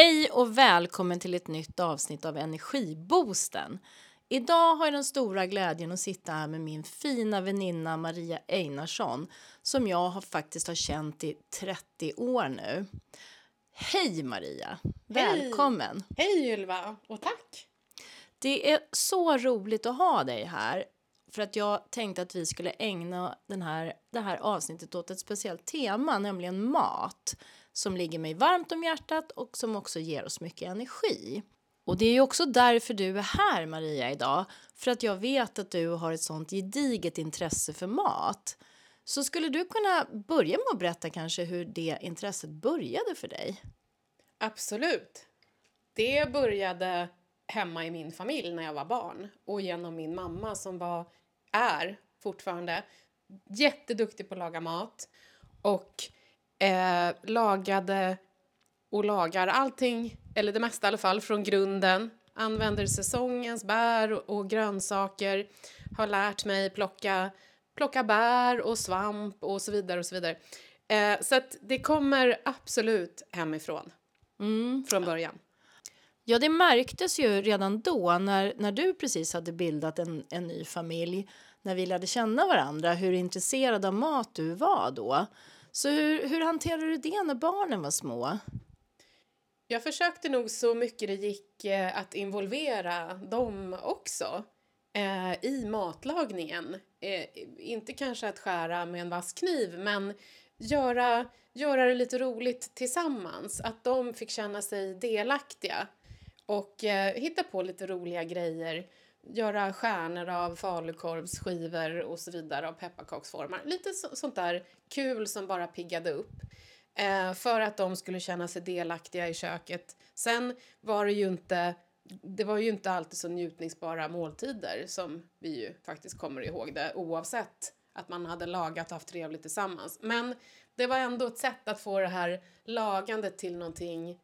Hej och välkommen till ett nytt avsnitt av Energiboosten. Idag har jag den stora glädjen att sitta här med min fina väninna Maria Einarsson som jag faktiskt har känt i 30 år nu. Hej Maria, välkommen. Hej Ylva och tack. Det är så roligt att ha dig här för att jag tänkte att vi skulle ägna det här avsnittet åt ett speciellt tema, nämligen mat. Som ligger mig varmt om hjärtat och som också ger oss mycket energi. Och det är ju också därför du är här Maria idag. För att jag vet att du har ett sånt gediget intresse för mat. Så skulle du kunna börja med att berätta kanske hur det intresset började för dig? Absolut. Det började hemma i min familj när jag var barn. Och genom min mamma som är fortfarande jätteduktig på att laga mat. Och lagade och lagar allting, eller det mesta i alla fall, från grunden. Använder säsongens bär och grönsaker. Har lärt mig plocka bär och svamp och så vidare och så vidare. Så att det kommer absolut hemifrån. Från början. Ja, det märktes ju redan då när du precis hade bildat en ny familj. När vi lärde känna varandra, hur intresserad av mat du var då. Så hur hanterade du det när barnen var små? Jag försökte nog så mycket det gick att involvera dem också i matlagningen. Inte kanske att skära med en vass kniv, men göra det lite roligt tillsammans. Att de fick känna sig delaktiga och hitta på lite roliga grejer. Göra stjärnor av falukorvsskivor och så vidare av pepparkaksformar. Lite sånt där kul som bara piggade upp. För att de skulle känna sig delaktiga i köket. Sen var det var ju inte alltid så njutningsbara måltider som vi ju faktiskt kommer ihåg det. Oavsett att man hade lagat och haft trevligt tillsammans. Men det var ändå ett sätt att få det här lagandet till någonting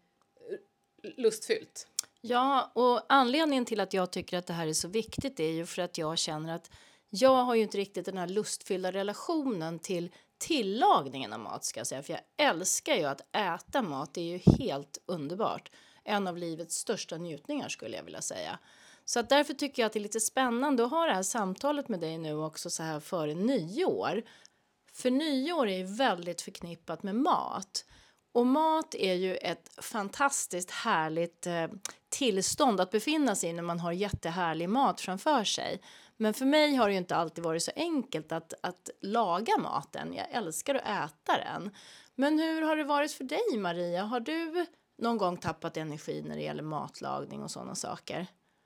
lustfyllt. Ja, och anledningen till att jag tycker att det här är så viktigt är ju för att jag känner att jag har ju inte riktigt den här lustfyllda relationen till tillagningen av mat ska jag säga. För jag älskar ju att äta mat, det är ju helt underbart. En av livets största njutningar skulle jag vilja säga. Så att därför tycker jag att det är lite spännande att ha det här samtalet med dig nu också så här före nyår. För nyår är ju väldigt förknippat med mat. Och mat är ju ett fantastiskt härligt tillstånd att befinna sig i när man har jättehärlig mat framför sig. Men för mig har det ju inte alltid varit så enkelt att laga maten. Jag älskar att äta den. Men hur har det varit för dig Maria? Har du någon gång tappat energi när det gäller matlagning och sådana saker?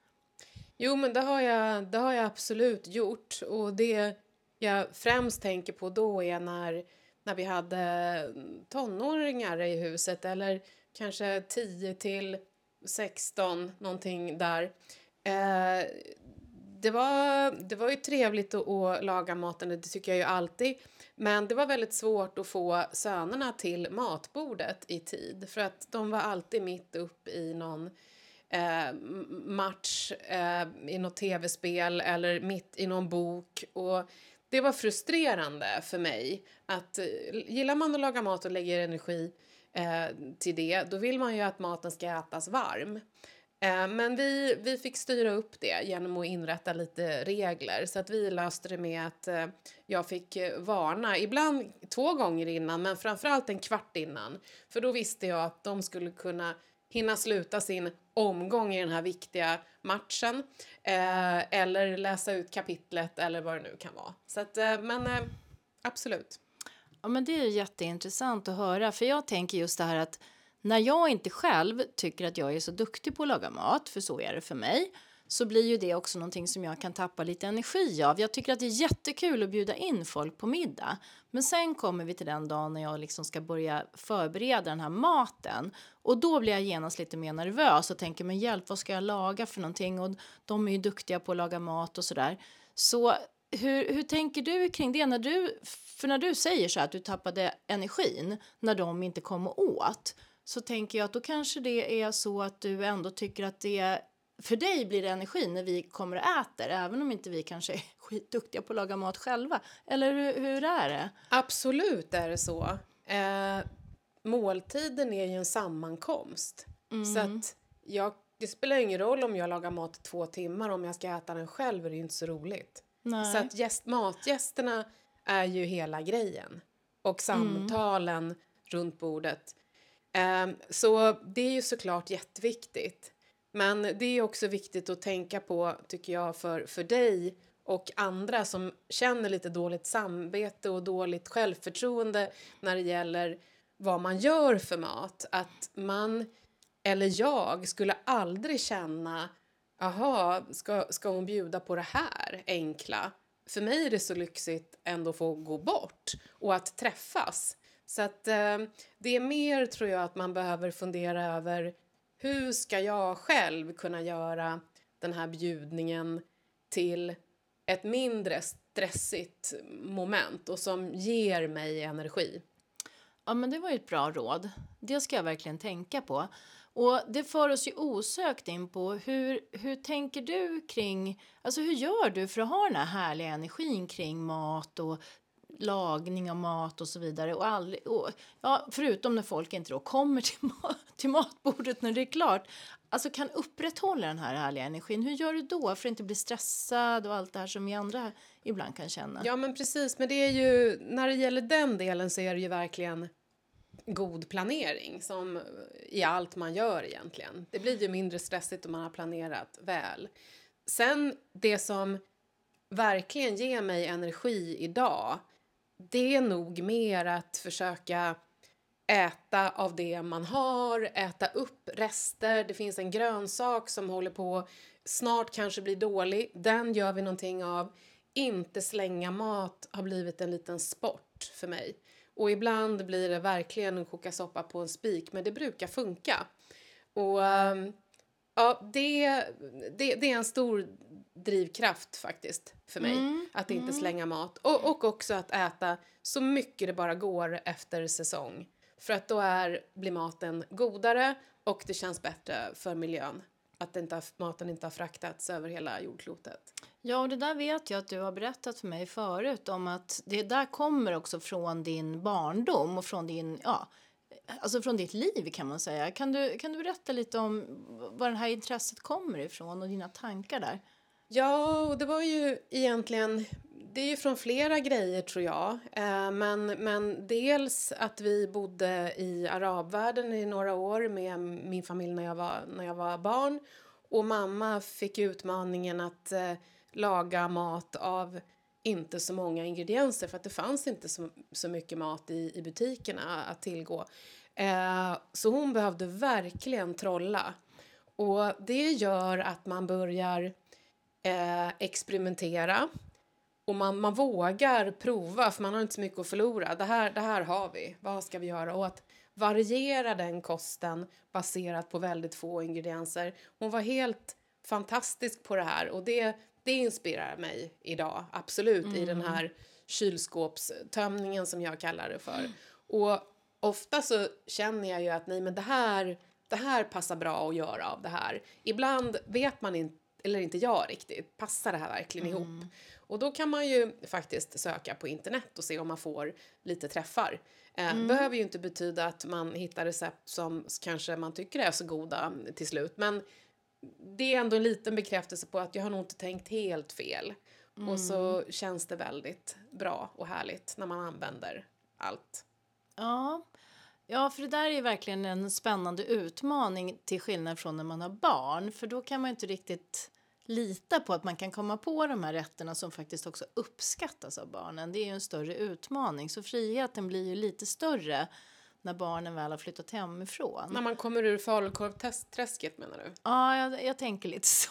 Jo, men det har jag absolut gjort. Och det jag främst tänker på då är när vi hade tonåringar i huset. Eller kanske 10 till 16, någonting där. Det var ju trevligt att laga maten, det tycker jag ju alltid. Men det var väldigt svårt att få sönerna till matbordet i tid. För att de var alltid mitt upp i någon match, i något tv-spel eller mitt i någon bok. Och det var frustrerande för mig. Att gillar man att laga mat och lägger energi till det, då vill man ju att maten ska ätas varm. Men vi fick styra upp det genom att inrätta lite regler. Så att vi löste det med att jag fick varna. Ibland 2 gånger innan, men framförallt en kvart innan. För då visste jag att de skulle kunna hinna sluta sin omgång i den här viktiga matchen. Eller läsa ut kapitlet eller vad det nu kan vara. Så att, absolut. Ja, men det är jätteintressant att höra. För jag tänker just det här att när jag inte själv tycker att jag är så duktig på att laga mat, för så är det för mig, så blir ju det också någonting som jag kan tappa lite energi av. Jag tycker att det är jättekul att bjuda in folk på middag. Men sen kommer vi till den dagen när jag liksom ska börja förbereda den här maten. Och då blir jag genast lite mer nervös och tänker, men hjälp, vad ska jag laga för någonting? Och de är ju duktiga på att laga mat och sådär. Så hur tänker du kring det? När du säger så här att du tappade energin när de inte kom åt, så tänker jag att då kanske det är så att du ändå tycker att det för dig blir det energi när vi kommer och äter, även om inte vi kanske är skitduktiga på att laga mat själva. Eller hur är det? Absolut är det så. Måltiden är ju en sammankomst Så att det spelar ingen roll om jag lagar mat 2 timmar. Om jag ska äta den själv är det inte så roligt. Nej. Så att matgästerna är ju hela grejen. Och samtalen runt bordet. Så det är ju såklart jätteviktigt. Men det är också viktigt att tänka på, tycker jag, för dig och andra som känner lite dåligt samvete och dåligt självförtroende när det gäller vad man gör för mat. Att man, eller jag, skulle aldrig känna, aha, ska hon bjuda på det här enkla? För mig är det så lyxigt ändå att få gå bort och att träffas. Så att det är mer, tror jag, att man behöver fundera över hur ska jag själv kunna göra den här bjudningen till ett mindre stressigt moment och som ger mig energi. Ja, men det var ju ett bra råd. Det ska jag verkligen tänka på. Och det för oss ju osökt in på hur tänker du kring, alltså hur gör du för att ha den här härliga energin kring mat och lagning av mat och så vidare. Och ja, förutom när folk inte då kommer till matbordet när det är klart. Alltså kan upprätthålla den här härliga energin. Hur gör du då för att inte bli stressad och allt det här som vi andra ibland kan känna? Ja, men precis. Men det är ju, när det gäller den delen så är det ju verkligen god planering som i allt man gör egentligen. Det blir ju mindre stressigt om man har planerat väl. Sen det som verkligen ger mig energi idag, det är nog mer att försöka äta av det man har, äta upp rester. Det finns en grönsak som håller på snart kanske blir dålig. Den gör vi någonting av. Inte slänga mat har blivit en liten sport för mig. Och ibland blir det verkligen att koka soppa på en spik, men det brukar funka. Och ja, det är en stor drivkraft faktiskt för mig. Att inte slänga mat. Och också att äta så mycket det bara går efter säsong. För att då blir maten godare och det känns bättre för miljön. Att maten inte har fraktats över hela jordklotet. Ja, och det där vet jag att du har berättat för mig förut om att det där kommer också från din barndom och från din, ja, alltså från ditt liv kan man säga. Kan du berätta lite om var det här intresset kommer ifrån och dina tankar där? Ja, och det var ju egentligen, det är ju från flera grejer tror jag. Men dels att vi bodde i arabvärlden i några år med min familj när jag var barn. Och mamma fick utmaningen att laga mat av inte så många ingredienser för att det fanns inte så mycket mat i butikerna att tillgå. Så hon behövde verkligen trolla. Och det gör att man börjar experimentera. Och man vågar prova för man har inte så mycket att förlora. Det här har vi. Vad ska vi göra? Och att variera den kosten baserat på väldigt få ingredienser. Hon var helt fantastisk på det här. Och det inspirerar mig idag. Absolut. I den här kylskåpstömningen som jag kallar det för. Och ofta så känner jag ju att nej men det här passar bra att göra av det här. Ibland vet man inte, eller inte jag riktigt, passar det här verkligen ihop? Och då kan man ju faktiskt söka på internet och se om man får lite träffar. Behöver ju inte betyda att man hittar recept som kanske man tycker är så goda till slut. Men det är ändå en liten bekräftelse på att jag har nog inte tänkt helt fel. Och så känns det väldigt bra och härligt när man använder allt. Ja, för det där är verkligen en spännande utmaning till skillnad från när man har barn. För då kan man inte riktigt lita på att man kan komma på de här rätterna som faktiskt också uppskattas av barnen. Det är ju en större utmaning. Så friheten blir ju lite större när barnen väl har flyttat hemifrån. När man kommer ur falukorvträsket menar du? Ja, jag tänker lite så.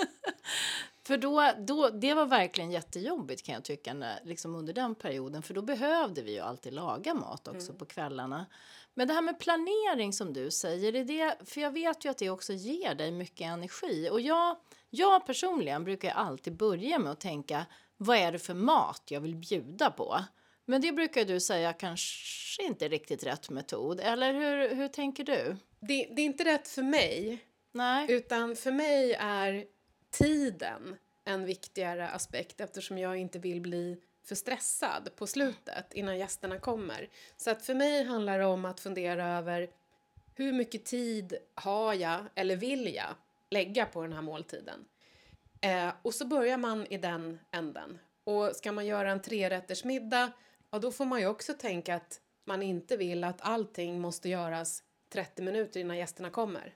För då, det var verkligen jättejobbigt kan jag tycka liksom under den perioden. För då behövde vi ju alltid laga mat också på kvällarna. Men det här med planering som du säger, för jag vet ju att det också ger dig mycket energi. Och jag personligen brukar alltid börja med att tänka, vad är det för mat jag vill bjuda på? Men det brukar du säga kanske inte är riktigt rätt metod. Eller hur tänker du? Det är inte rätt för mig. Nej. Utan för mig är tiden en viktigare aspekt eftersom jag inte vill bli för stressad på slutet innan gästerna kommer. Så att för mig handlar det om att fundera över hur mycket tid har jag eller vill jag lägga på den här måltiden? Och så börjar man i den änden. Och ska man göra en 3-rättersmiddag, ja, då får man ju också tänka att man inte vill att allting måste göras 30 minuter innan gästerna kommer.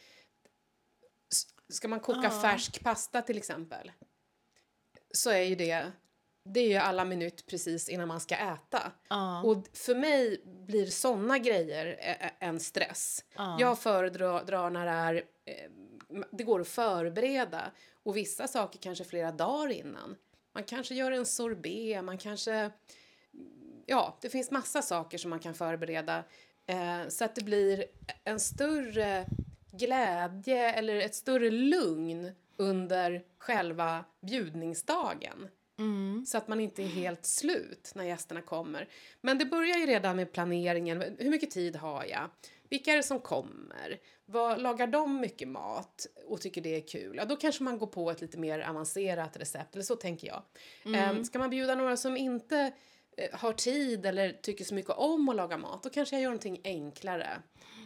Ska man koka färsk pasta till exempel, så är ju det är ju alla minut precis innan man ska äta. Och för mig blir såna grejer en stress. Jag föredrar när det går att förbereda. Och vissa saker kanske flera dagar innan. Man kanske gör en sorbet, man kanske... Ja, det finns massa saker som man kan förbereda. Så att det blir en större glädje eller ett större lugn under själva bjudningsdagen. Så att man inte är helt slut när gästerna kommer. Men det börjar ju redan med planeringen. Hur mycket tid har jag? Vilka är det som kommer? Lagar de mycket mat och tycker det är kul? Ja, då kanske man går på ett lite mer avancerat recept. Eller så tänker jag. Ska man bjuda några som inte har tid eller tycker så mycket om att laga mat, då kanske jag gör någonting enklare.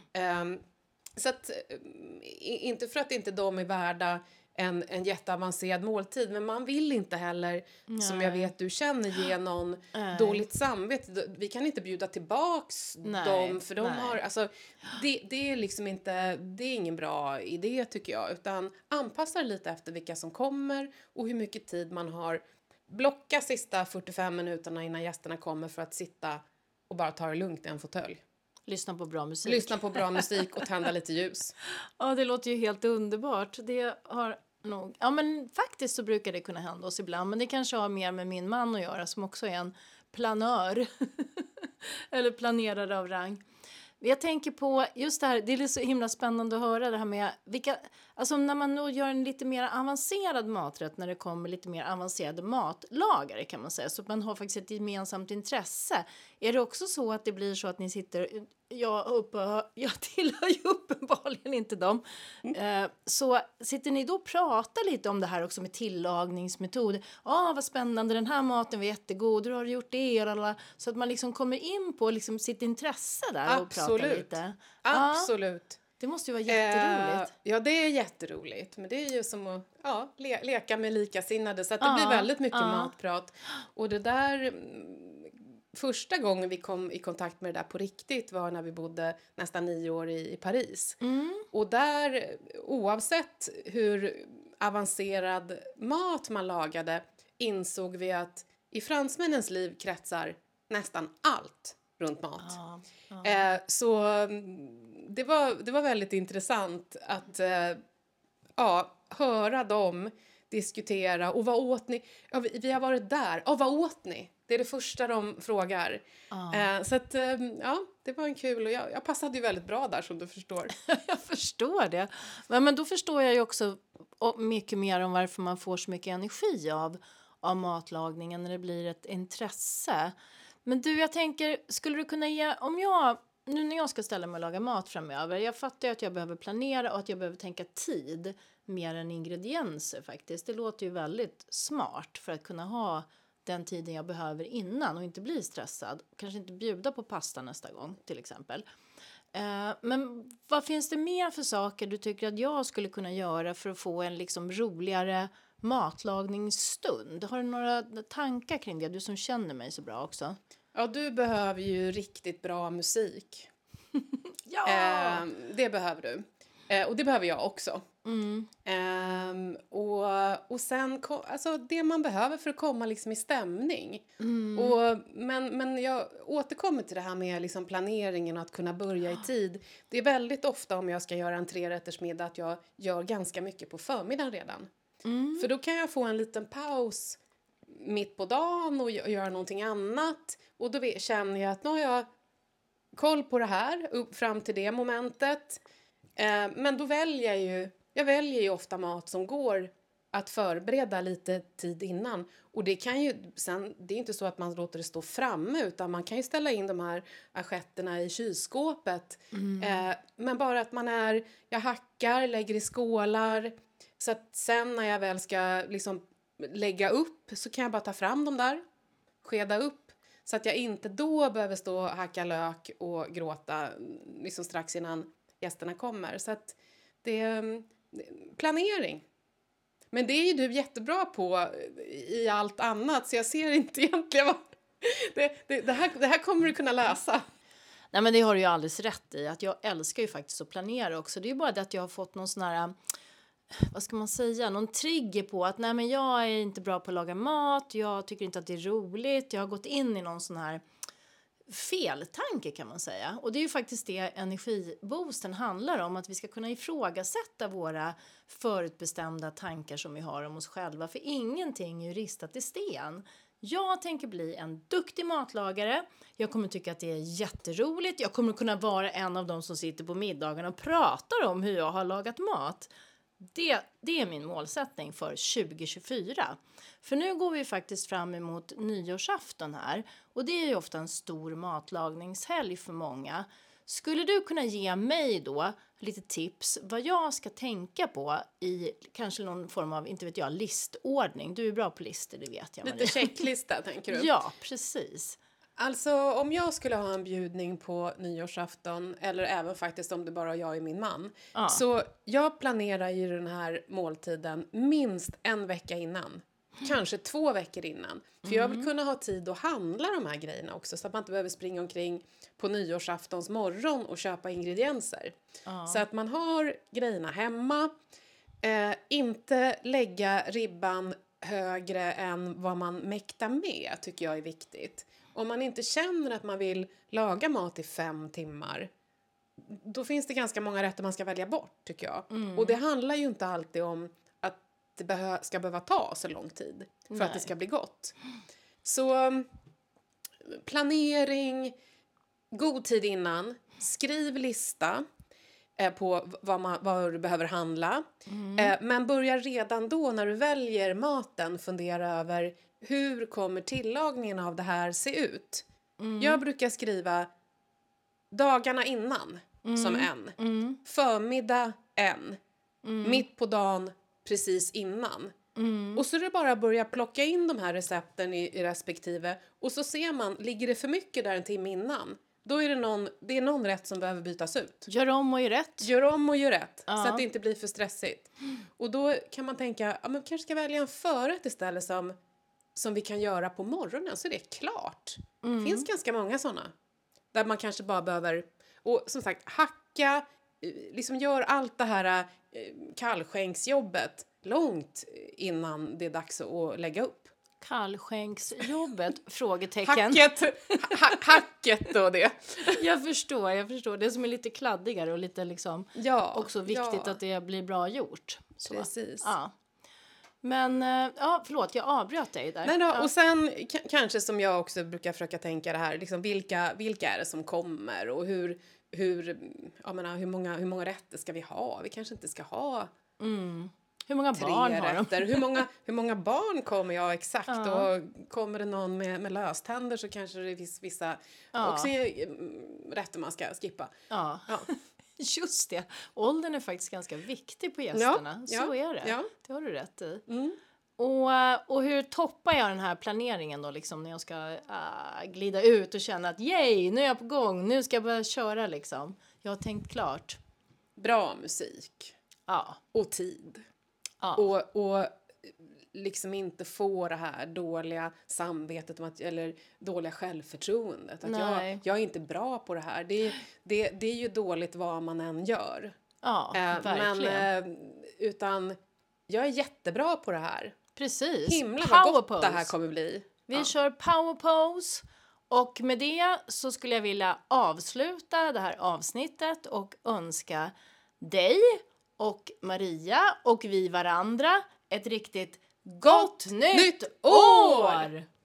Så att, inte för att inte de är värda en jätteavancerad måltid, men man vill inte heller, som jag vet du känner, ge någon dåligt samvete. Vi kan inte bjuda tillbaks dem, för de har, alltså, det är liksom inte, det är ingen bra idé tycker jag, utan anpassa lite efter vilka som kommer och hur mycket tid man har. Blocka sista 45 minuterna innan gästerna kommer för att sitta och bara ta det lugnt i en fåtölj. Lyssna på bra musik. Lyssna på bra musik och tända lite ljus. Ja, det låter ju helt underbart. Det har nog... Ja, men faktiskt så brukar det kunna hända oss ibland. Men det kanske har mer med min man att göra, som också är en planör. Eller planerare av rang. Jag tänker på just det här, det är så himla spännande att höra det här med alltså när man nog gör en lite mer avancerad maträtt, när det kommer lite mer avancerade matlagare kan man säga, så att man har faktiskt ett gemensamt intresse. Är det också så att det blir så att ni sitter, jag tillhör ju uppenbarligen inte dem, så sitter ni då och pratar lite om det här också med tillagningsmetod. Vad spännande, den här maten var jättegod, hur har du gjort det? Så att man liksom kommer in på liksom sitt intresse där och pratar lite. Absolut. Det måste ju vara jätteroligt. Ja, det är jätteroligt. Men det är ju som att leka med likasinnade. Så att det blir väldigt mycket matprat. Och det där... Första gången vi kom i kontakt med det där på riktigt var när vi bodde nästan 9 år i Paris. Och där, oavsett hur avancerad mat man lagade, insåg vi att i fransmännens liv kretsar nästan allt runt mat. Så det var väldigt intressant att höra dem diskutera. Och vad åt ni? Ja, vi har varit där. Vad åt ni? Det är det första de frågar. Så att, det var en kul. Och jag passade ju väldigt bra där, som du förstår. Jag förstår det. Men då förstår jag ju också mycket mer om varför man får så mycket energi av matlagningen när det blir ett intresse. Men du, jag tänker, skulle du kunna ge... Nu när jag ska ställa mig och laga mat framöver, jag fattar ju att jag behöver planera och att jag behöver tänka tid mer än ingredienser faktiskt. Det låter ju väldigt smart för att kunna ha den tiden jag behöver innan och inte bli stressad. Kanske inte bjuda på pasta nästa gång till exempel. Men vad finns det mer för saker du tycker att jag skulle kunna göra för att få en liksom roligare matlagningsstund? Har du några tankar kring det? Du som känner mig så bra också. Ja, du behöver ju riktigt bra musik. Det behöver du. Och det behöver jag också. Och sen, alltså det man behöver för att komma liksom i stämning. Men jag återkommer till det här med liksom planeringen och att kunna börja i tid. Det är väldigt ofta, om jag ska göra en 3-rättersmiddag, att jag gör ganska mycket på förmiddagen redan. För då kan jag få en liten paus mitt på dagen och göra någonting annat. Och då känner jag att nu har jag koll på det här upp fram till det momentet. Men då väljer jag ofta mat som går att förbereda lite tid innan. Och det kan ju sen, det är inte så att man låter det stå framme, utan man kan ju ställa in de här assietterna i kylskåpet. Men bara att jag hackar, lägger i skålar, så att sen när jag väl ska liksom lägga upp, så kan jag bara ta fram dem där, skeda upp, så att jag inte då behöver stå och hacka lök och gråta liksom strax innan gästerna kommer. Så att det är planering. Men det är ju du jättebra på i allt annat, så jag ser inte egentligen vad... Det här kommer du kunna lösa. Nej, men det har du ju alldeles rätt i. Att jag älskar ju faktiskt att planera också. Det är ju bara det att jag har fått någon sån här, vad ska man säga, någon trigger på att nej, men jag är inte bra på att laga mat. Jag tycker inte att det är roligt. Jag har gått in i någon sån här feltanke kan man säga. Och det är ju faktiskt det energiboosten handlar om. Att vi ska kunna ifrågasätta våra förutbestämda tankar som vi har om oss själva. För ingenting är ju ristat i sten. Jag tänker bli en duktig matlagare. Jag kommer tycka att det är jätteroligt. Jag kommer kunna vara en av dem som sitter på middagen och pratar om hur jag har lagat mat. Det är min målsättning för 2024. För nu går vi faktiskt fram emot nyårsafton här. Och det är ju ofta en stor matlagningshelg för många. Skulle du kunna ge mig då lite tips vad jag ska tänka på i kanske någon form av, inte vet jag, listordning? Du är bra på listor, det vet jag. Lite checklista, tänker du? Ja, precis. Alltså, om jag skulle ha en bjudning på nyårsafton, eller även faktiskt om det bara jag är min man, så jag planerar ju den här måltiden minst en vecka innan. Kanske 2 veckor innan. För jag vill kunna ha tid att handla de här grejerna också, så att man inte behöver springa omkring på nyårsaftons morgon och köpa ingredienser. Så att man har grejerna hemma, inte lägga ribban högre än vad man mäktar med, tycker jag är viktigt. Om man inte känner att man vill laga mat i 5 timmar, då finns det ganska många rätter man ska välja bort, tycker jag. Och det handlar ju inte alltid om att det ska behöva ta så lång tid för att det ska bli gott. Så planering, god tid innan, skriv lista på vad du behöver handla. Men börja redan då när du väljer maten fundera över hur kommer tillagningen av det här se ut. Jag brukar skriva dagarna innan som en. Förmiddag en. Mitt på dagen precis innan. Och så är det bara att börja plocka in de här recepten i respektive. Och så ser man, ligger det för mycket där en timme innan? Då är det någon rätt som behöver bytas ut. Gör om och gör rätt. Gör om och gör rätt. Så att det inte blir för stressigt. Och då kan man tänka, ja, men vi kanske ska välja en förrätt istället som vi kan göra på morgonen, så är det klart. Det finns ganska många sådana. Där man kanske bara behöver, och som sagt, hacka, liksom gör allt det här kallskänksjobbet långt innan det är dags att lägga upp. Kallskänksjobbet? Frågetecken. Hacket och det. Jag förstår. Det som är lite kladdigare och lite liksom också viktigt att det blir bra gjort. Så. Precis. Ja. Men, förlåt, jag avbröt dig där. Nej då, och sen kanske som jag också brukar försöka tänka det här, liksom vilka är det som kommer och hur många rätter ska vi ha? Vi kanske inte ska ha hur många 3 barn har rätter. Hur många barn kommer jag exakt? Och kommer det någon med löständer så kanske det finns vissa också rätter man ska skippa. Ja. Just det. Åldern är faktiskt ganska viktig på gästerna. Så är det. Ja. Det har du rätt i. Och hur toppar jag den här planeringen då liksom när jag ska glida ut och känna att yay, nu är jag på gång. Nu ska jag börja köra liksom. Jag har tänkt klart. Bra musik. Ja. Och tid. Ja. Och liksom inte få det här dåliga samvetet eller dåliga självförtroendet. Att jag är inte bra på det här. Det är ju dåligt vad man än gör. Ja, verkligen. Men utan jag är jättebra på det här. Precis. Himla vad gott det här kommer bli. Vi kör power pose. Och med det så skulle jag vilja avsluta det här avsnittet och önska dig och Maria och vi varandra ett riktigt gott nytt år!